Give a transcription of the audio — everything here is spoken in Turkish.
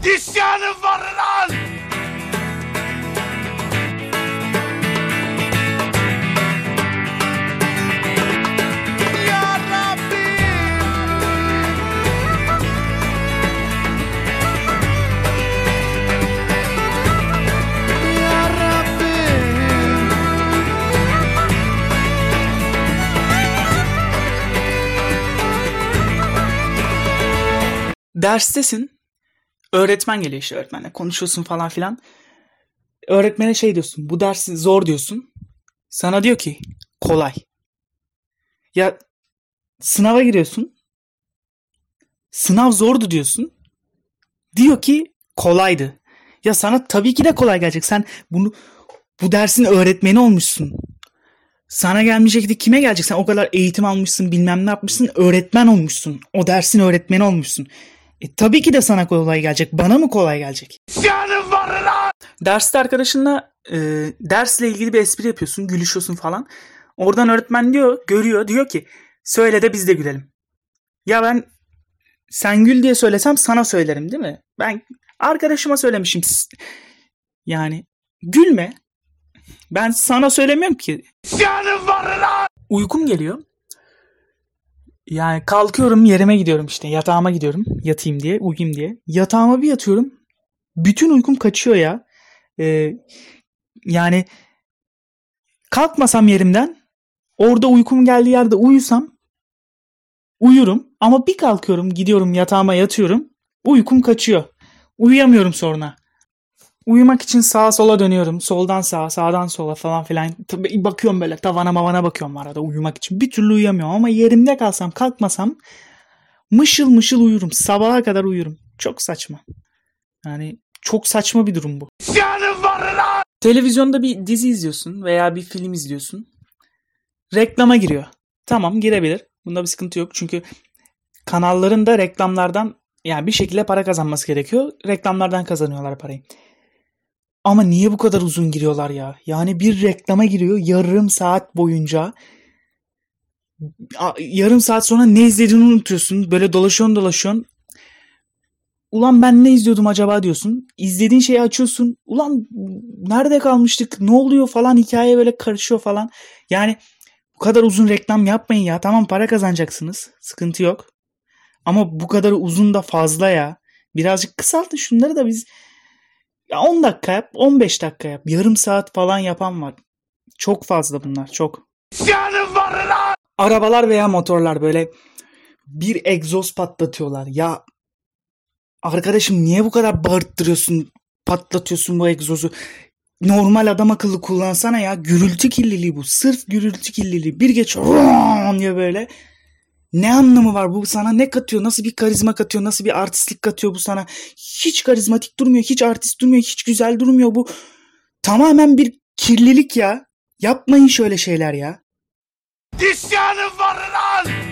İsyanım var lan! Ya Rabbi! Ya Rabbi! Derstesin. Öğretmen geliyor işte, öğretmenle konuşuyorsun falan filan. Öğretmene şey diyorsun. Bu ders zor diyorsun. Sana diyor ki kolay. Ya sınava giriyorsun. Sınav zordu diyorsun. Diyor ki kolaydı. Ya sana tabii ki de kolay gelecek. Sen bu dersin öğretmeni olmuşsun. Sana gelmeyecek de kime gelecek? Sen o kadar eğitim almışsın, bilmem ne yapmışsın, öğretmen olmuşsun. O dersin öğretmeni olmuşsun. Tabii ki de sana kolay gelecek. Bana mı kolay gelecek? İsyanım var lan! Derste arkadaşınla dersle ilgili bir espri yapıyorsun, gülüşüyorsun falan. Oradan öğretmen görüyor, diyor ki söyle de biz de gülelim. Ya ben sen gül diye söylesem sana söylerim değil mi? Ben arkadaşıma söylemişim. Yani gülme. Ben sana söylemiyorum ki. İsyanım var lan! Uykum geliyor. Yani kalkıyorum, yerime gidiyorum işte. Yatağıma gidiyorum. Yatayım diye, uyuyayım diye. Yatağıma bir yatıyorum. Bütün uykum kaçıyor ya. Yani kalkmasam yerimden, orada uykum geldiği yerde uyusam uyurum. Ama bir kalkıyorum, gidiyorum yatağıma yatıyorum. Uykum kaçıyor. Uyuyamıyorum sonra. Uyumak için sağa sola dönüyorum. Soldan sağa, sağdan sola falan filan. Tabii bakıyorum böyle, tavana mavana bakıyorum arada uyumak için. Bir türlü uyuyamıyorum ama yerimde kalsam, kalkmasam mışıl mışıl uyurum. Sabaha kadar uyurum. Çok saçma. Yani çok saçma bir durum bu. İsyanım var lan! Televizyonda bir dizi izliyorsun veya bir film izliyorsun. Reklama giriyor. Tamam, girebilir. Bunda bir sıkıntı yok. Çünkü kanalların da reklamlardan yani bir şekilde para kazanması gerekiyor. Reklamlardan kazanıyorlar parayı. Ama niye bu kadar uzun giriyorlar ya? Yani bir reklama giriyor yarım saat boyunca. Yarım saat sonra ne izlediğini unutuyorsun. Böyle dolaşıyorsun. Ulan ben ne izliyordum acaba diyorsun. İzlediğin şeyi açıyorsun. Ulan nerede kalmıştık? Ne oluyor falan, hikaye böyle karışıyor falan. Yani bu kadar uzun reklam yapmayın ya. Tamam, para kazanacaksınız. Sıkıntı yok. Ama bu kadar uzun da fazla ya. Birazcık kısaltın şunları da biz. Ya 10 dakika yap, 15 dakika yap. Yarım saat falan yapan var. Çok fazla bunlar, çok. İsyanım var lan! Arabalar veya motorlar böyle bir egzoz patlatıyorlar. Ya arkadaşım niye bu kadar bağırttırıyorsun, patlatıyorsun bu egzozu? Normal adam akıllı kullansana ya. Gürültü kirliliği bu. Sırf gürültü kirliliği. Bir geç diye böyle. Ne anlamı var? Bu sana ne katıyor? Nasıl bir karizma katıyor? Nasıl bir artistlik katıyor bu sana? Hiç karizmatik durmuyor. Hiç artist durmuyor. Hiç güzel durmuyor bu. Tamamen bir kirlilik ya. Yapmayın şöyle şeyler ya. İsyanım var lan!